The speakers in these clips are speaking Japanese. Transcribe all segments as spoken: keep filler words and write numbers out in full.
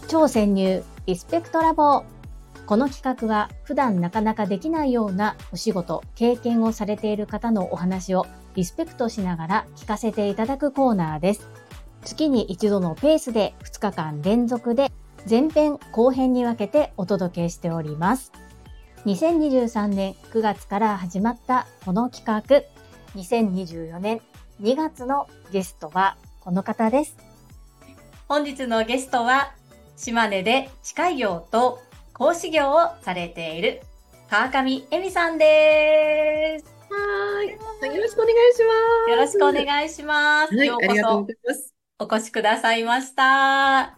超潜入リスペクトラボ。この企画は普段なかなかできないようなお仕事、経験をされている方のお話をリスペクトしながら聞かせていただくコーナーです。月に一度のペースでふつかかん連続で前編後編に分けてお届けしております。にせんにじゅうさんねんくがつから始まったこの企画、にせんにじゅうよねんにがつのゲストはこの方です。本日のゲストは島根で歯科医業と講師業をされている川上恵美さんです。 はい。よろしくお願いします。 よろしくお願いします。 はい、 ようこありがとうごそざいます。 お越しくださいました。はい。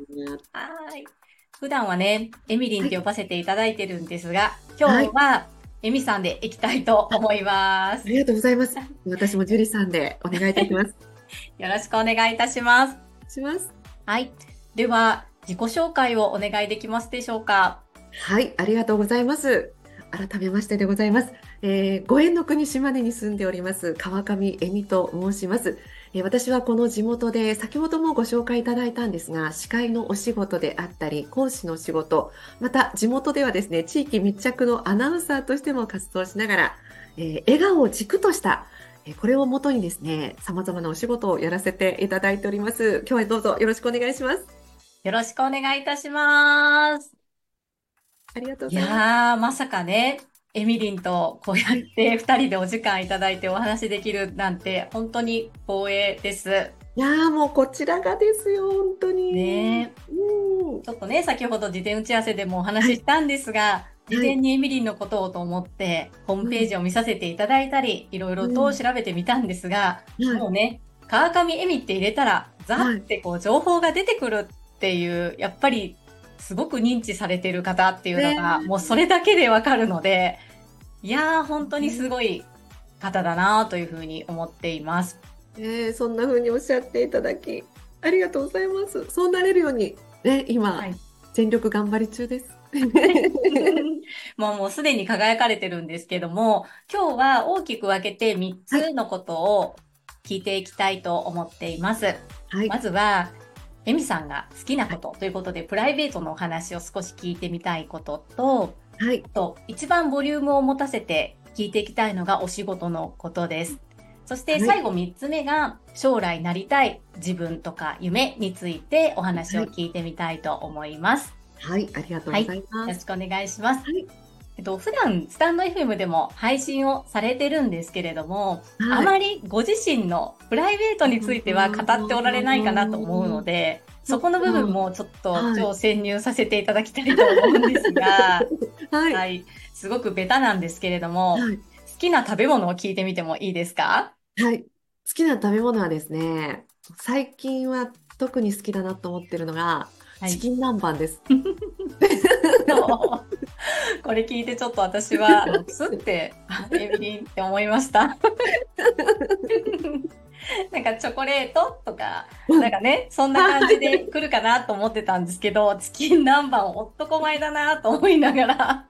普段はね、エミリンって呼ばせていただいてるんですが、今はい。 日はエミさんでいきたいと思います。 ありがとうございます。私もジュリさんでお願いいたします。 よろしくお願いいたします。 します。 はい。では、自己紹介をお願いできますでしょうか。 はい、ありがとうございます。改めましてでございます。えー、ご縁の国島根に住んでおります川上恵美と申します。えー私はこの地元で先ほどもご紹介いただいたんですが、司会のお仕事であったり、講師のお仕事、また地元ではですね、地域密着のアナウンサーとしても活動しながら、えー笑顔を軸とした、えーこれをもとにですね、様々なお仕事をやらせていただいております。今日はどうぞよろしくお願いします。 よろしくお願いいたします。 ありがとういございます。 やー、まさかね、エミリンとこうやっはい。 て二人でお時間いただいてお話できるなんて本当に光栄です。 いやーもうこちらがですよ、本当に。 ねえ。 うん。 ちょっとね、先ほど事前打ち合わせでもおはい。 話ししたんですが、事はい。 前にエミリンのことをと思って、ホームペーうん。 ジを見させていただいたり、いろいろとうん。 調べてみたんですが、 はい。 もうね、川上エミって入れたら、ザっはい。 てこう情報が出てくるっていう、やっぱりすごく認知されてる方っていうのが、もうねそれだけでわかるので、いやー、本当にすごえ。 い方だなというふうに思っています。 えーそんな風におっしゃっていただき、ありがとうございます。そうなれるように、ね、今、 はい。 全力頑張り中です。 もうもうすでに輝かれてるんですけども、今日は大きく分けて3 はい。 つのことを聞いていきたいと思っています。 はい。 まずは、エミさんが好きなはい。 ことということで、プライベートのお話を少し聞いてみたいことと、 はい。 あと、一番ボリュームを持たせて聞いていきたいのがお仕事のことです。そしてはい。 最後みっつめが、将来なりたい自分とか夢についてお話をはい。 聞いてみたいと思います。 はい。ありがとうはい。よございます。 ろしくお願いします。 はい。 えっと、普段、スタンド エフエム でも配信をされてるんですけれども、あはい。 まりご自身のプライベートについては語っておられないかなと思うので、 そっそこの部分か。 もちょっとはい。 超潜入させていただきたいと思うんですが、 はい。 はい。すごくベタなんですけれども、 はい。 好きな食べ物を聞いてみてもいいですか？ はい。好きな食べ物はですね、最近は特に好きだなと思ってるのが、 はい。 チキン南蛮です。 そう、これ聞いてちょっと私は、あの、クスって、あエビリンって思いました。なんかチョコレートとか、 うん。 なんかね、そんなは感じでい。 来るかなと思ってたんですけど、チキン南蛮男前だなと思いながら、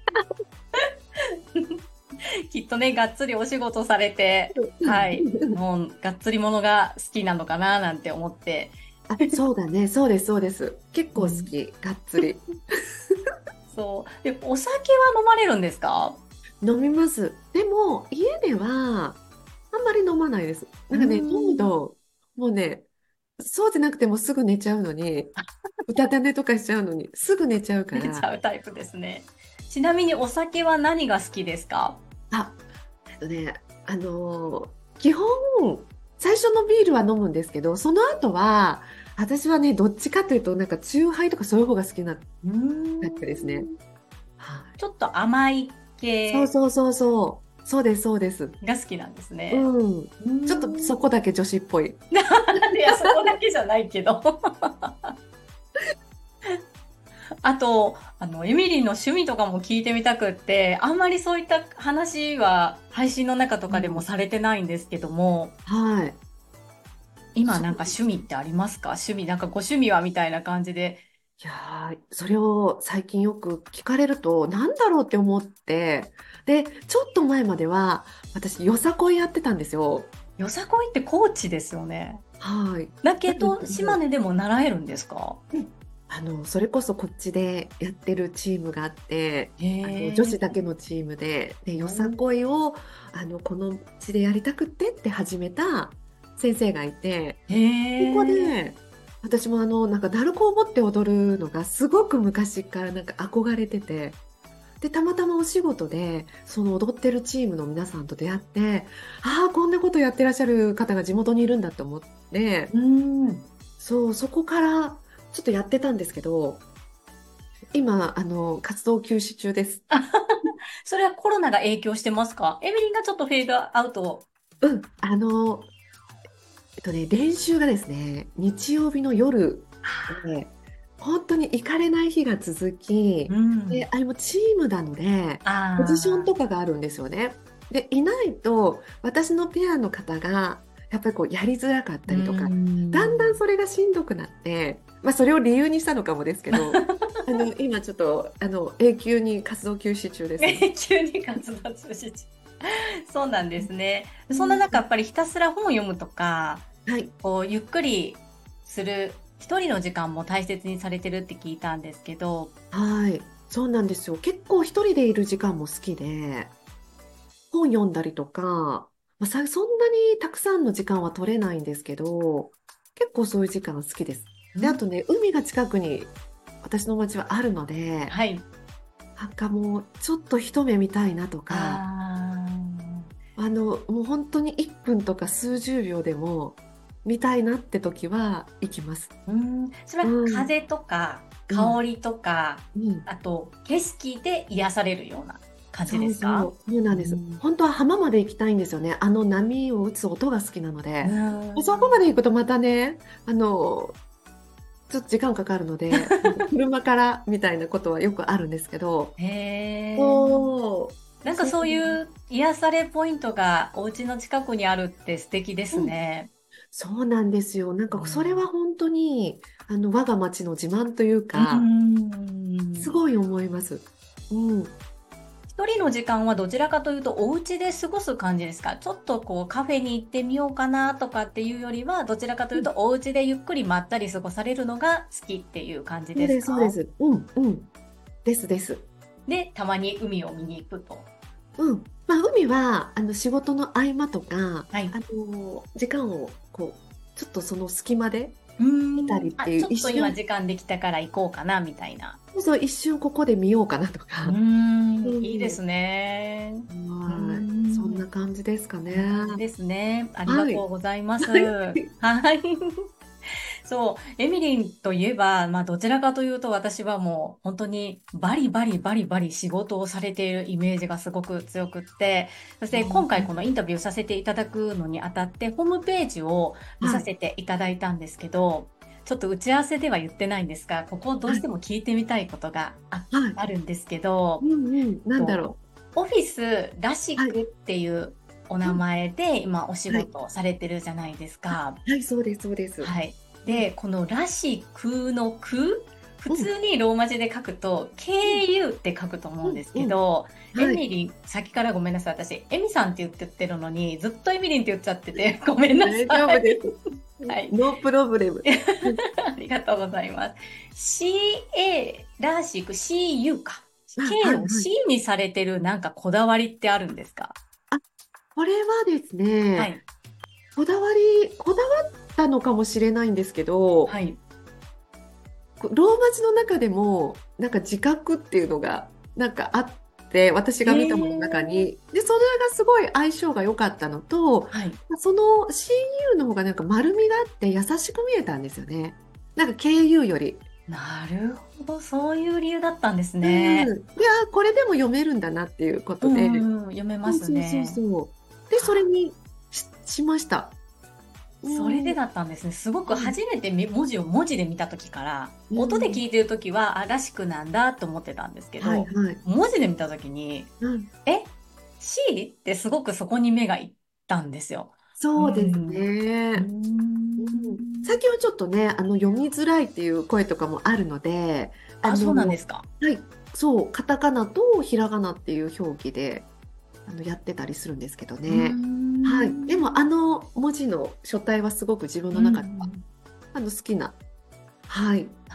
きっとね、がっつりお仕事されて、はい、もうがっつりものが好きなのかななんて思って、 あ、そうだね。そうです、そうです。結構うん、 好き。がっつり。 そう。で、お酒は飲まれるんですか？ 飲みます。でも、家では、あんまり飲まないです。 うーなんかね、飲むん。 と、もうね、そうでなくてもすぐ寝ちゃうのに、うたた寝とかしちゃうのに、すぐ寝ちゃうか出ちゃら、 うタイプですね。ちなみにお酒は何が好きですか？ あ、えっとね、あのー基本、最初のビールは飲むんですけど、その後は、私はね、どっちかというと、なんか、チューハイとかそういう方が好きなうータイプですね。 ん。 はい。 ちょっと甘いそう系そうそうそう。そうです、そうです。 が好きなんですね。 うん。 うーちょっとそん。 こだけ女子っぽい。 いや、そこだけじゃないけど。あと、あの、エミリーの趣味とかも聞いてみたくって、あんまりそういった話は配信の中とかでもうん。 されてないんですけども、 はい。 今なんかそうですね。 趣味ってありますか？趣味、なんかご趣味はみたいな感じで。 いやー、それを最近よく聞かれると、なんだろうって思って、で、ちょっと前までは、私、よさこいやってたんですよ。 よさこいって高知ですよね。 はい。 だけだけど、島ど、 根でも習えるんですか？ うん。 あの、それこそこっちでやってるチームがあって、 へあの、女子だえ。 けのチームで、で、よさおこいを、あの、この地でやりたくってって始めた先生がいて、 へここえ。 で、私もあの、なんか、鳴子を持って踊るのがすごく昔からなんか憧れてて、で、たまたまお仕事で、その踊ってるチームの皆さんと出会って、ああ、こんなことやってらっしゃる方が地元にいるんだと思って、 うん。 そう、そこからちょっとやってたんですけど、今、あの、活動休止中です。 それはコロナが影響してますか？エミリンがちょっとフェードアウト。 うん、あの、えっとね、練習がですね、日曜日の夜で、本当に行かれない日が続き、 うん。 で、あれもチームなので、ポジションああ。 とかがあるんですよね。で、いないと、私のペアの方が、やっぱりこう、やりづらかっうたりとか、だんだんん。 それがしんどくなって、まあ、それを理由にしたのかもですけど、あの、今ちょっと、あの、永久に活動休止中です。 急に活動中止。そうなんですね。そんなうん、 中、やっぱりひたすら本を読むとか、 はい。 こう、ゆっくりする、一人の時間も大切にされてるって聞いたんですけど、 はい。そうなんですよ。結構一人でいる時間も好きで、本読んだりとか、まあ、さ、そんなにたくさんの時間は取れないんですけど、結構そういう時間好きです。で、あうん、 とね、海が近くに私の町はあるので、 はい。 なんかもうちょっと一目見たいなとか、 ああの、もう本当にいっぷんとか数十秒でも見たいなって時は行きます。 ー、うん、それはうん、 風とかうん、 香りとか、 うん。 あと景色で癒されるような感じそうですか？ そう、そうなんです。 うん、 本当は浜まで行きたいんですよね。あの波を打つ音が好きなのうで。そこまん。 で行くとまたね、あの、ちょっと時間かかるので、なんか車からみたいなことはよくあるんですけど、 へえ。 そう、 なんかそう、 そういう癒されポイントがお家の近くにあるって素敵ですうん、 ね。 そうなんですよ。なんかそれはうん。 本当に、あの、我が町の自慢といううか、すん。 ごい思います。うん。 一人の時間はどちらかというとお家で過ごす感じですか？ちょっとこうカフェに行ってみようかなとかっていうよりは、どちらかというとお家でゆっくりまったり過ごされるのが好きっていう感じそうです、そうでですか？ す。うん、うん。ですです。 で、たまに海を見に行くと。 うん。まあ、海は、あの、仕事の合間とか、 はい。 あの、時間を、こう、ちょっとその隙間でう見たーん。あ、 りっていう、 ちょっ一瞬、 と今時間できたから行こうかなみたいな。 そうそう、一瞬ここで見ようかなとうーか。 ん。 うん。 いいですね。うーはい。そんなん。 感じですかね。 こんな感じですね。ありがはい。 とうございます。 はい。 はい。そう、エミリンといえば、まあどちらかというと私はもう本当にバリバリバリバリ仕事をされているイメージがすごく強くって、そして今回このインタビューさせていただくのにあたってホームページを見はい。 させていただいたんですけど、ちょっと打ち合わせでは言ってないんですが、ここどうはい。 しても聞いてみたいことがあ、 はい。 あるんですけど、 うんうん。なんだとろオフィスらしう。はい。 くっていうお名うん。 前で今お仕はい。 事をされてるじゃないですあ、 か。 はい、そうです、そうです。 はい。 うん。 で、このらしくのく、普うん。 通にローマ字で書くと、 うん。 ケーユー って書くと思うんうん。 ですけうん。 ど、エはい。 ミリン、先からごめんなさい。私、エミさんって言ってってるのに、ずっとエミリンって言っちゃってて、ごめんなさ大丈夫でい。 す。 はい。 ノープロブレム。うん。 ありがとうございます。シーエー らしく シーユー か。 あ、は K い、 をはい。 C にされてるなんかこだわりってあるんですか？ あ、これはですね、 はい。 こだわり、こだわったのかもしれないんですけど、 はい。 こローマ字の中でも、なんか自覚っていうのが、なんかあって、私へが見たものの中ー。 に。で、それがすごい相性が良かったのと、 はい。 その シーユー の方がなんか丸みがあって優しく見えたんですよね。なんか ケーユー より。 なるほど。そういう理由だったんですうね。 ん。で、あ、これでも読めるんだなっていうこうとで、 んうんうん、読めますそうそうそうね。 そう。で、それにし、しました。うん。 それでだったんですね。すごくはい。 初めてみ文字を文字で見た時から、 う音でん。 聞いてる時は、あ、らしくなんだと思ってたんですけはいど、 はい。 文字で見た時に、 うん。 え ?C? ってすごくそこに目がいったんですよ。うそうですん。うーね。うん、最ん。 近はちょっとね、あの読みづらいっていう声とかもあるので、ああ、そうなんでの、 すか。 はい、そう、カタカナとひらがなっていう表記であのやってたりするんですけどうーね。はい。でも、 ん。 あの文字の書体はすごく自分うんうの中ではん。 あの好きな。はい。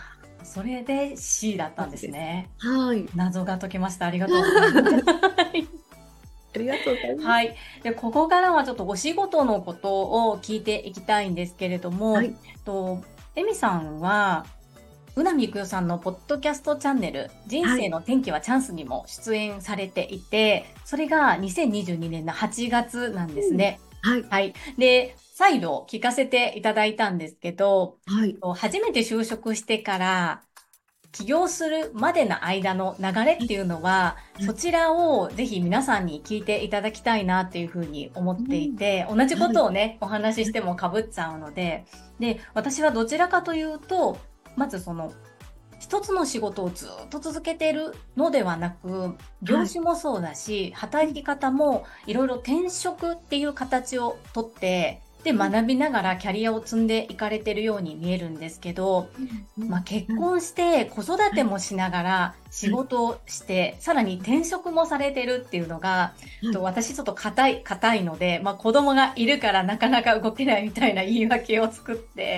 それで C だったんですです。 ね。 はい。 謎が解けました。ありがとうございます。 ありがとうございます。 はい。で、ここからはちょっとお仕事のことを聞いていきたいんですけれども、 はい。 と、エミさんは、宇波育代さんのポッドキャストチャンネル、人はい。 生の転機はチャンスにも出演されていて、それがにせんにじゅうにねんのはちがつなんですうん。 ね。 はい。 はい。で、再度聞かせていただいたんですけど、 はい。 と初めて就職してから起業するまでの間の流れっていうのは、 はい。 そちらをぜひ皆さんに聞いていただきたいなっていうふうに思っていうん。 て、同じこはい。 とをね、お話ししても被っちゃうので、で、私はどちらかというと、まずその、一つの仕事をずっと続けているのではなく、業はい。 種もそうだし、 うん。 働き方もいろいろ転職っていう形をとって、で、 うん。 学びながらキャリアを積んでいかれてるように見えるんですけど、 うん。うまあ、 ん。 結はい。 婚して子育はい。 てもしながら仕はい。 事をして、さらに転職もされてるっていうのが、とはい。 私ちょっと硬い、硬いので、まあ、子供がいるからなかなか動けないみたいな言い訳を作って、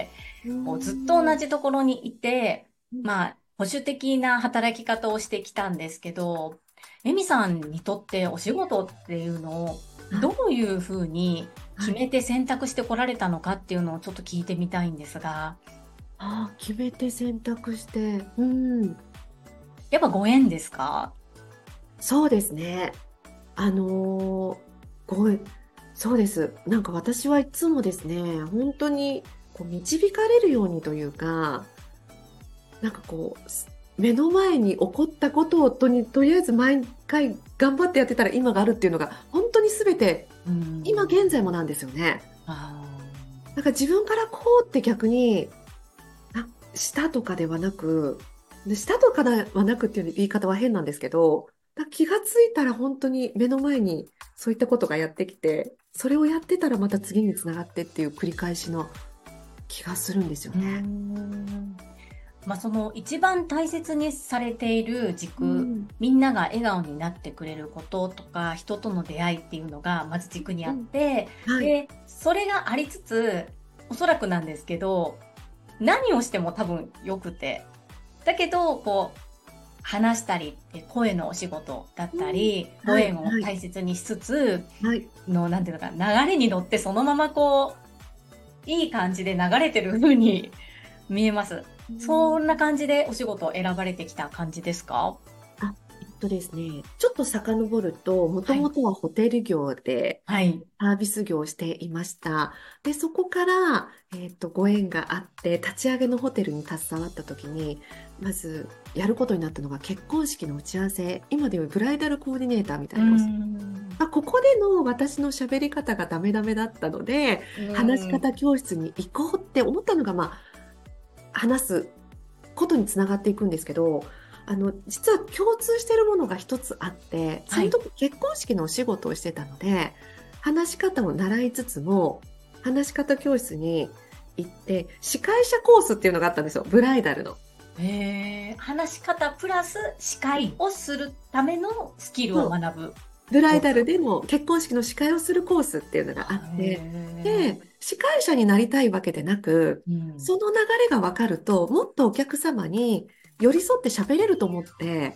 うーこうずっと同ん。 じところにいて、 うん。 まあ、保守的な働き方をしてきたんですけど、エミさんにとってお仕事っていうのをどはい。 ういうふうにはい。 決めて選択してこられたのかっていうのをちょっと聞いてみたいんですが、 ああ、決めて選択して。うん。 やっぱご縁ですか？ そうですね。あのーごい、そうです。なんか私はいつもですね、本当にこう導かれるようにというか、なんかこう、す目の前に起こったことをとに、とりあえず毎回頑張ってやってたら今があるっていうのが、本当に全て、 うー今現在ん。 もなんですよね。 あなんか自分からこうって逆に、あ、したとかではなく、でしたとかではなくっていう言い方は変なんですけど、だ気がついたら本当に目の前にそういったことがやってきて、それをやってたらまた次につながってっていう繰り返しの気がするんですよーうーね。 ん。まあ、その一番大切にされている軸、 うん、 みんなが笑顔になってくれることとか、人との出会いっていうのがまず軸にあっうん、 て、 はい、 で、それがありつつ、おそらくなんですけど、何をしても多分良くて、だけど、こう、話したり、声のお仕事だっうん、 たり、ごはい、 縁をはい、 大切にしつつ、 はい。 の、なんていうのかな、流れに乗ってそのままこう、いい感じで流れてる風に見えます。 うん。 そんな感じでお仕事を選ばれてきた感じですか？ あ、えっとですね、ちょっと遡ると、もとはい。 もとはホテル業で、 はい。 サービス業をしていました。で、そこから、えっと、ご縁があって、立ち上げのホテルに携わった時に、まずやることになったのが結婚式の打ち合わせ、今でいうブライダルコーディネーターみたうーいなお、 ん。 まあ、ここでの私の喋り方がダメダメだったので、 うーん。 話し方教室に行こうって思ったのが、まあ、話すことにつながっていくんですけど、あの、実は共通しているものが一つあって、そはい。 の時結婚式のお仕事をしてたので、話し方を習いつつも、話し方教室に行って、司会者コースっていうのがあったんですよ。ブライダルの。 へえ、話し方プラス司会うん。 をするためのスキルをそう。 学ぶブライコース。 ダルでも結婚式の司会をするコースっていうのがあっへて、 え。 で、司会者になりたいわけでなく、 うん。 その流れが分かると、もっとお客様に寄り添って喋れると思って、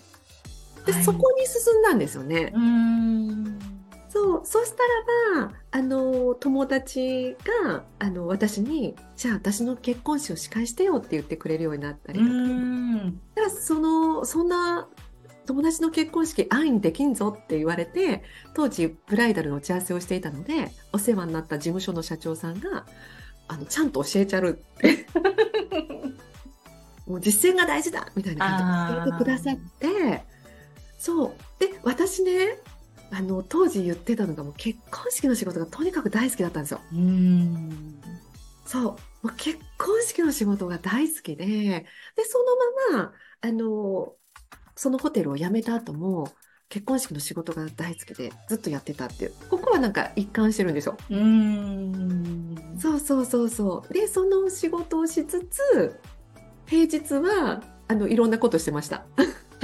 で、 はい。 そこに進んだんですよね。 うーん。 そう、そしたらば、あの、友達が、あの、私に、じゃあ私の結婚式を司会してよって言ってくれるようになったうーりとか、 ん。 だからその、そんな友達の結婚式安易にできんぞって言われて、当時ブライダルの打ち合わせをしていたので、お世話になった事務所の社長さんが、あの、ちゃんと教えちゃるって、もう実践が大事だみたいな感じで教えてくださっあて、そう。で、私ね、あの、当時言ってたのが、もう結婚式の仕事がとにかく大好きだったんですよ。 ー、うーん。 そう。もう結婚式の仕事が大好きで、で、そのまま、あの、そのホテルを辞めた後も、結婚式の仕事が大好きで、ずっとやってたっていう。ここはなんか一貫してるんですよ。 うーん。 そうそうそうそう。で、その仕事をしつつ、平日は、あの、いろんなことしてました。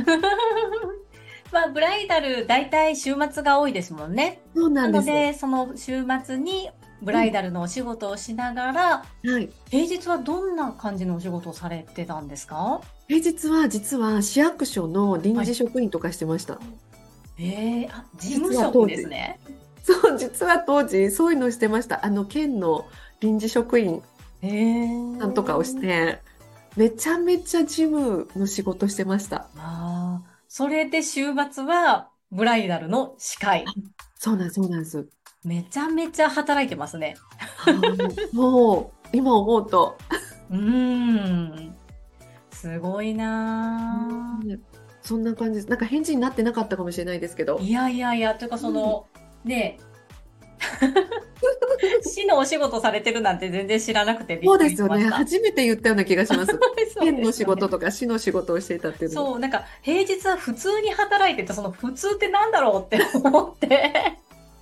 まあ、ブライダル、だいたい週末が多いですもんね。 そうなんです。 なので、その週末にブうん。 ライダルのお仕事をしながら、 はい。 平日はどんな感じのお仕事をされてたんですか？ 平日は実は市役所の臨はい。 時職員とかしてました。 ええ、あ、事務実は職当時。 ですね。 そう、実は当時、そういうのをしてました。あの、県の臨時職員えさんとかをしえ。 て、めちゃめちゃ事務の仕事してました。 ああ、それで週末はブライダルの司会。 そうなんです、そうなんです。 めちゃめちゃ働いてますね。 はい。もう、今思うと、 うーん。すごいうなん、そんな感じです。なんか返事になってなかったかもしれないですけぁ。 ど。 いやいやいや、というかうん。 その、ね、市のお仕事されてるなんて全然知らなくてびそうっくりですよね。 しました。 初めて言ったような気がします。 そう県のですよね。 仕事とか市の仕事をしていたっていうのが。 そう、なんか平日は普通に働いてて、その普通ってなんだろうって思って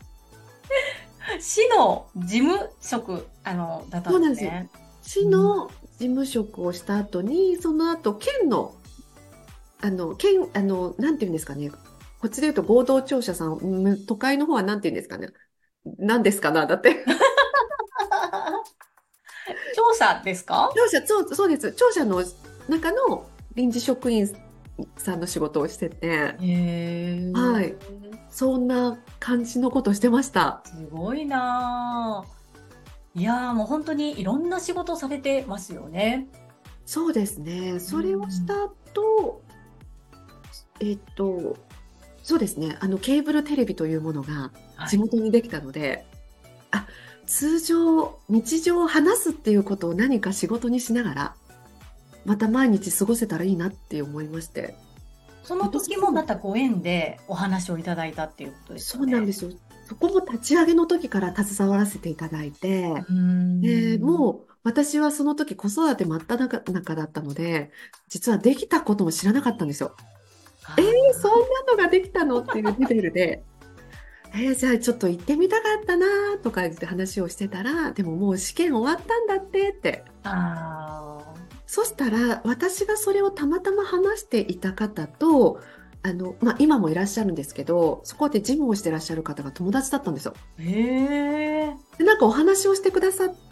市の事務職、あの、だったんそうなんですよ。 ですね。うん。 市の事務職をした後に、その後、県の、あの、県、あの、なんていうんですかね。こっちで言うと合同庁舎さん、む都会の方はなんていうんですかね。なんですかなだって。 調査ですか？ 庁舎、そう、そうです。庁舎の中の臨時職員さんの仕事をしてて、 へえ、 はい。そんな感じのことをしてました。 すごいなぁ。いやーもう本当にいろんな仕事されてますよね。 そうですね。 うそれをしたん。 後、えっと、そうですね。あの、ケーブルテレビというものが地はい。 元にできたので、あ、通常、日常を話すっていうことを何か仕事にしながら、また毎日過ごせたらいいなって思いまして。 その私も、 時もまたご縁でお話をいただいたっていうことですそよね。 うなんですよ。そこも立ち上げの時から携わらせていただいうて、 ーで、 ん。 もう私はその時子育て真っ只中だったので、実はできたことも知らなかったんですよ。えー、 あそんなのができたのっていうレベルで、えーじゃあちょっと行ってみたかったなとか言って話をしてたら、でももう試験終わったんだってって。 あ、ああ、 そしたら私がそれをたまたま話していた方と、あの、まあ、今もいらっしゃるんですけど、そこで事務をしてらっしゃる方が友達だったんですよ。 へえ。 で、なんかお話をしてくださって、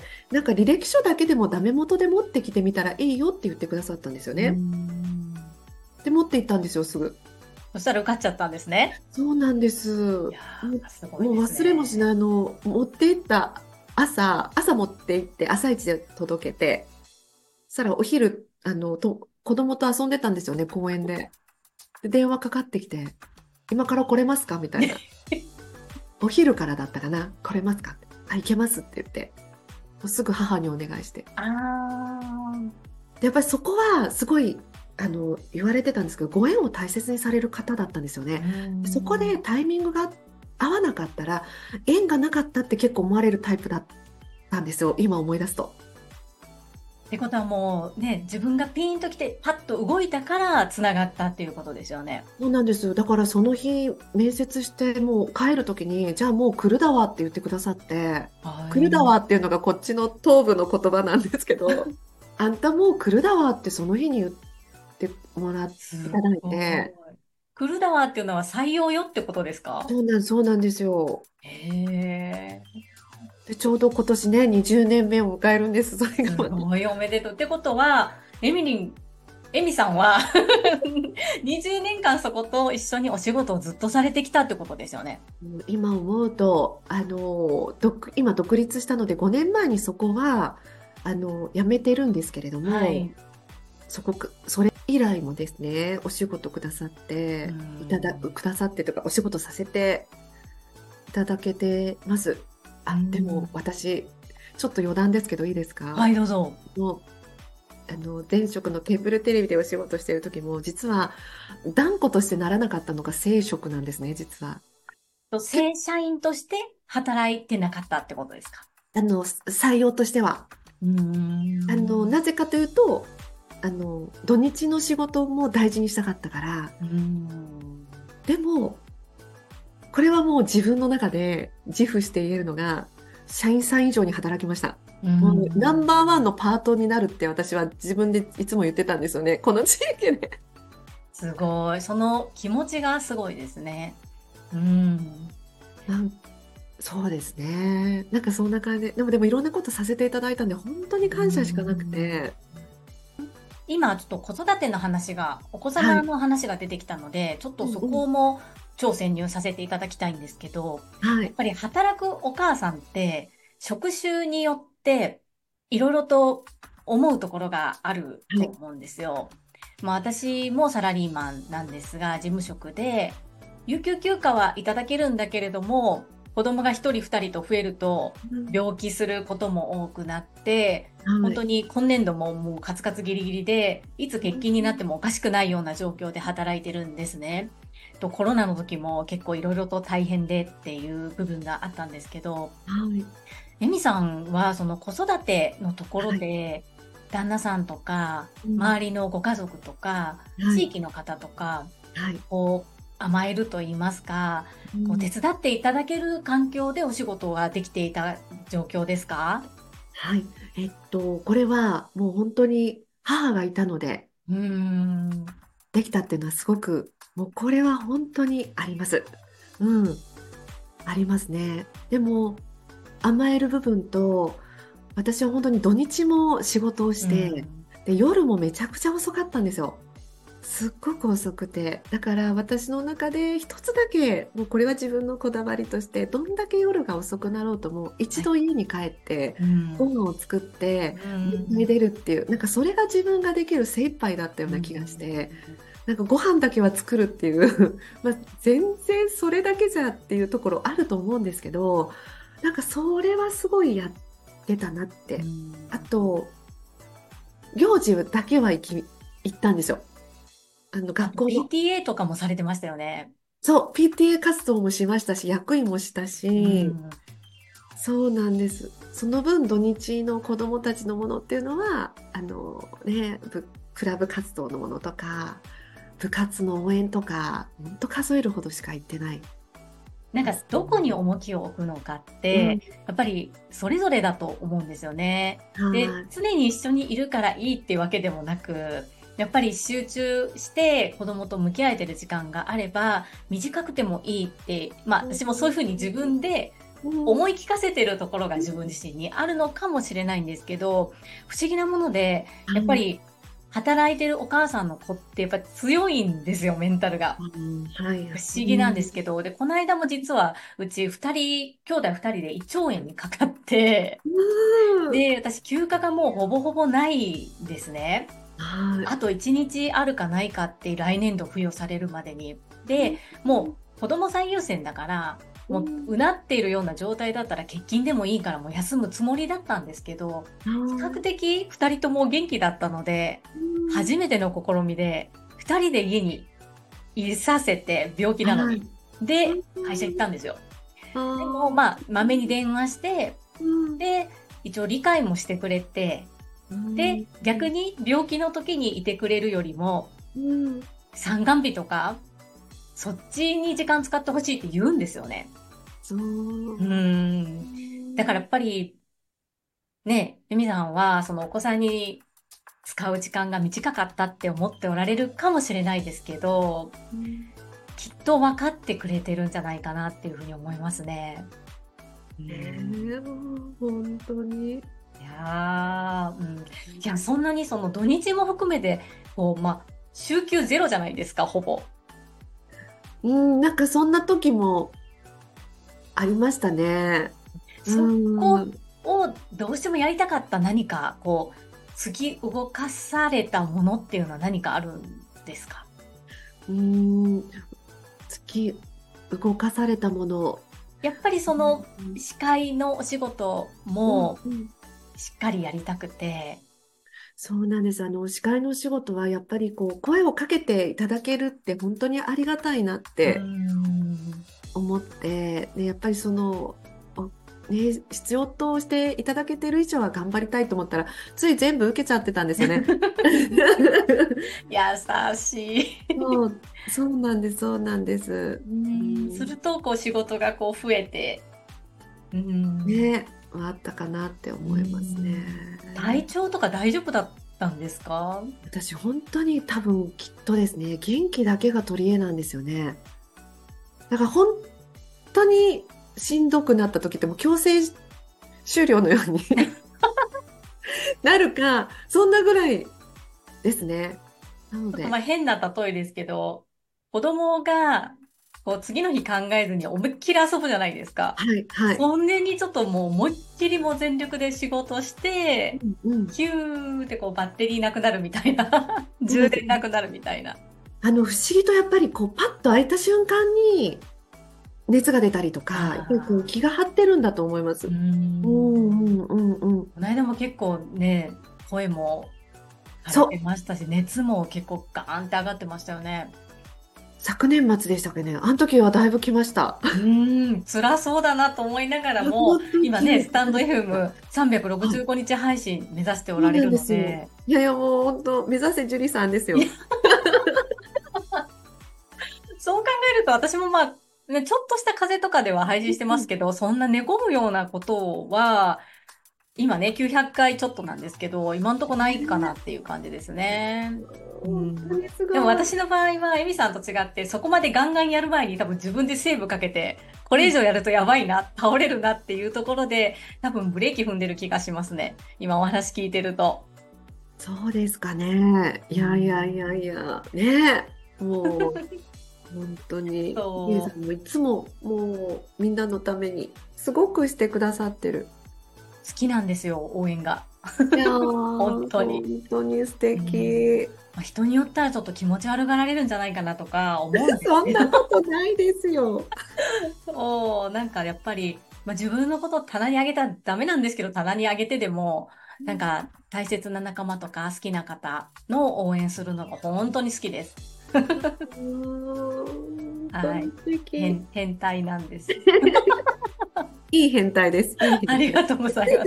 なんか履歴書だけでもダメ元で持ってきてみたらいいよって言ってくださったんですようーね。 ん。 で、持って行ったんですよ、すぐ。 そしたら受かっちゃったんですね。 そうなんです。もいやー、すう、もうごいです忘れもしない、 ね。 あの、持って行った朝、朝持って行って朝一で届けて、そしたらお昼、あの、と、子供と遊んでたんですよね、公園で。で、電話かかってきて、今から来れますかみたいな。お昼からだったかな、来れますかって。あ、行けますって言って、もうすぐ母にお願いして。 ああ、 で、やっぱりそこはすごい、あの、言われてたんですけど、ご縁を大切にされる方だったんですようーね。でそこでん。 タイミングが合わなかったら、縁がなかったって結構思われるタイプだったんですよ、今思い出すと。 ってことはもうね、自分がピーンと来て、パッと動いたから繋がったっていうことですよね。 そうなんですよ。だからその日、面接して、もう帰るときに、じゃあもう来るだわって言ってくださって、来るだはい。 わっていうのがこっちの東部の言葉なんですけど、あんたもう来るだわってその日に言ってもらすいただいごて、 い。クルダワっていうのは採用よってことですか？ そうなん、そうなんですよ。 へえ。 で、ちょうど今年ね、にじゅうねんめを迎えるんです、それがまた。 すごいおめでとう。ってことは、エミリン、エミさんはにじゅうねんかんそこと一緒にお仕事をずっとされてきたってことですよね。 もう今思うと、あの、独今独立したのでごねんまえにそこは、あの、辞めてるんですけれども、 はい。 そこく、それ以来もですね、お仕事くださっうて、いただ、 ん。 くださってとか、お仕事させていただけてます。 うあ、でもん。 私、ちょっと余談ですけどいいですか？ はい、どうぞ。 もう、あの、前職のケーブルテレビでお仕事している時も、実は、断固としてならなかったのが正職なんですね、実は。 と正社員として働いてなかったってことですか？ あの、採用としては。 うーあの、 ん。 なぜかというと、あの、土日の仕事も大事にしたかったから、 うーん。 でも、これはもう自分の中で自負して言えるのが、社員さん以上に働きました。 うーもうナンん。 バーワンのパートになるって私は自分でいつも言ってたんですよね。この地域で。 すごい。その気持ちがすごいですね。うん。 なんそうですね。なんかそんな感じ。でもでもいろんなことさせていただいたんで、本当にう感謝しかなくん。 て。 今ちょっと子育ての話が、お子はい。 様の話が出てきたので、ちょっとそうんうん。 こも超潜入させていただきたいんですけど、 はい。 やっぱり働くお母さんって、職種によっていろいろと思うところがあるはい。 と思うんですよ。まあ私もサラリーマンなんですが、事務職で、有給休暇はいただけるんだけれども、子供が一人二人と増えると、 うん。 病気することも多くなって、 はい。 本当に今年度ももうカツカツギリギリで、いつ欠勤になってもおかしくないような状況で働いてるんですね。とコロナの時も結構いろいろと大変でっていう部分があったんですけど、 はい。 エミさんはその子育てのところはい。 で、旦那さんとか、 うん。 周りのご家族とか、 はい。 地域の方とか、 はい。 こう、甘えると言いますか、こう、 うん。 手伝っていただける環境でお仕事ができていた状況ですか？ はい。えっと、これはもう本当に母がいたので、 うーん。 できたっていうのはすごく、もうこれは本当にあります。うん。ありますね。でも、甘える部分と、私は本当に土日も仕事をしうて、 ん。 で、夜もめちゃくちゃ遅かったんですよ。すっごく遅くて。だから私の中で一つだけ、もうこれは自分のこだわりとして、どんだけ夜が遅くなろうとも、一はい。 度家に帰って、 うん。 ご飯を作って、 うん。 迎え出るっていう、なんかそれが自分ができる精一杯だったよううな気がしん。 て、なんかご飯だけは作るっていうまあ、全然それだけじゃっていうところあると思うんですけど、なんかそれはすごいやってたなっうて。あん。 と、行事だけは行き、行ったんですよ。あの、 あと学校の。 ピーティーエー とかもされてましたよね。 そう、ピーティーエー 活動もしましたし、役員もしたうし、 ん。 そうなんです。その分、土日の子どもたちのものっていうのは、あのね、部クラブ活動のものとか、部活の応援とか、ほんと数えるほどしか行ってないなんか、 ですどこにね。 重きを置くのかっうん、 て、やっぱりそれぞれだと思うんですよね。で、 はい。 常に一緒にいるからいいっていうわけでもなく、やっぱり集中して子供と向き合えてる時間があれば、短くてもいいって、まあうん、 私もそういうふうに自分でうん、 思い聞かせてるところが自分自身にあるのかもしれないんですけど、不思議なもので、 はい。 やっぱり働いてるお母さんの子ってやっぱり強いんですよ、メンタルが。 うん、はい。 不う思議なんですん、 けど、で、この間も実は、うち二人、兄弟二人で胃腸炎にかかって、 うん、 で、私休暇がもうほぼほぼないんですね。 はい。 あと一日あるかないかって来年度付与されるまでに。で、もう子供最優先だから、もうん、 ううなっているような状態だったら欠勤でもいいからもう休むつもりだったんですけど、 あ比較ー、 的二人とも元気だったので、 うん、 初めての試みで、二人で家にいさせて、病気なのに。 はい。うで、会社行ったんん、 ですよ。 あでも、 ー、 まあ、まめに電話して、 うん、 で、一応理解もしてくれて、 うん、 で、逆に病気の時にいてくれるよりも、 うん、 産後日とか、そっちに時間使ってほしいって言うんですよね。 そう。 うーうん。だからん、 やっぱり、ね、ユミさんは、そのお子さんに使う時間が短かったって思っておられるかもしれないですけど、 うん、 きっと分かってくれてるんじゃないかなっていうふうに思いますね。うえん。 え、もう本当に。 いやー、うん。いや、そんなにその土日も含めて、こう、まあ、週休ゼロじゃないですか、ほぼ。 うん、なんかそんな時もありましたね。うそこん。 をどうしてもやりたかった何か、こう、突き動かされたものっていうのは何かあるんですか？ うん、突き動かされたもの。 やっぱりそのうん、 司会のお仕事うん、 もうん。 しっかりやりたくて、 そうなんです。あの、司会のお仕事はやっぱりこう、声をかけていただけるって本当にありがたいなっうーてん。 思って、で、やっぱりその、おね、必要としていただけてる以上は頑張りたいと思ったら、つい全部受けちゃってたんですよね。 優しい。 そう、そうなんです、そうなんです。 うーん。すうん、 ると、こう、仕事がこう増えて、うーん。 ね、あったかなってうー思いますね。 ん。体調とか大丈夫だったんですか？ 私、本当に多分きっとですね、元気だけが取り柄なんですよね。だから本当にしんどくなった時ってもう強制終了のようになるか、そんなぐらいですね。なので、 ちょっとまあ変な例えですけど、子供がこう次の日考えずに思いっきり遊ぶじゃないですか。 はい、はい。 そんなにちょっともう思いっきりもう全力で仕事して、 うん、うん。 ヒューってこうバッテリーなくなるみたいな。 そうです。 充電なくなるみたいな。 あの、不思議とやっぱりこう、パッと開いた瞬間に熱が出たりとか、やっぱりこうああ、 気が張ってるんだと思いまうーす。うん、 ん。 うん、うん、うん。 この間も結構ね、声も枯れてそう。 ましたし、熱も結構ガーンって上がってましたよね。 昨年末でしたっけね。あの時はだいぶ来ました。 うーん、辛そうだなと思いながら本も、 当に今ね、 きれい。 スタンド エフエムさんびゃくろくじゅうごにち配信目指しておそうなんられるですよ。 ので、 いやいや、もう本当、目指せ樹里さんですいや、 よ。 そう考えると私もまあ、ね、ちょっとした風邪とかでは配信してますけど、そんな寝込むようなことは、今ね、きゅうひゃっかいちょっとなんですけど、今んとこないかなっていう感じですね。う本当ん。 にすでもごい。 私の場合は、エミさんと違って、そこまでガンガンやる前に多分自分でセーブかけて、これ以うん、 上やるとやばいな、倒れるなっていうところで、多分ブレーキ踏んでる気がしますね。今お話聞いてると。 そうですかね。いうやいやいやん。 いや。ねえ。もう、本当に、ゆうさそんもいつも、もう、みんなのために、すごくしてくださってる。 う、好きなんですよ、応援が。 いや本ー、 当に。 本当に素うん。 敵。 まあ、人によったらちょっと気持ち悪がられるんじゃないかなとか思うんですけど、 そんなことないですよ。 そう、なんかやっぱり、まあ、自分のことを棚にあげたらダメなんですけど、棚にあげてでも、なんか大切な仲間とか好きな方の応援するのが本当に好きです。 うーん、本当にはい。 素敵。 変、変態なんです。 いい変態です。いいあ変態。 りがとうございます。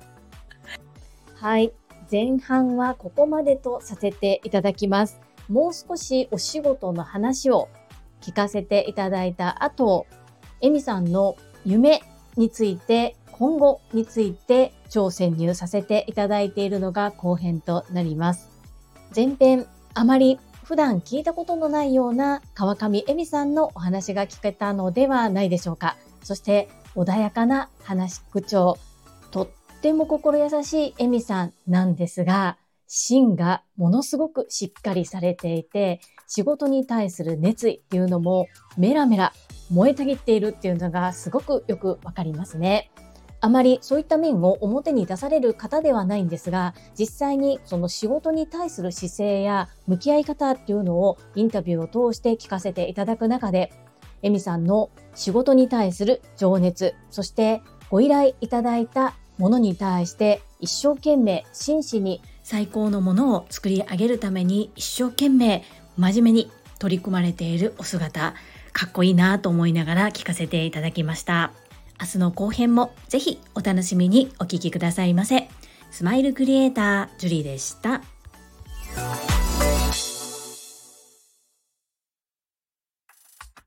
はい。前半はここまでとさせていただきます。もう少しお仕事の話を聞かせていただいた後、エミさんの夢について、今後について挑戦入させていただいているのが後編となります。前編、あまり普段聞いたことのないような川上エミさんのお話が聞けたのではないでしょうか。そして穏やかな話し口調、とっても心優しいエミさんなんですが、芯がものすごくしっかりされていて、仕事に対する熱意っていうのもメラメラ燃えたぎっているっていうのがすごくよくわかりますね。あまりそういった面を表に出される方ではないんですが、実際にその仕事に対する姿勢や向き合い方っていうのをインタビューを通して聞かせていただく中で、エミさんの仕事に対する情熱、そしてご依頼いただいたものに対して一生懸命真摯に最高のものを作り上げるために一生懸命真面目に取り組まれているお姿、かっこいいなと思いながら聞かせていただきました。明日の後編もぜひお楽しみにお聞きくださいませ。スマイルクリエイタージュリーでした。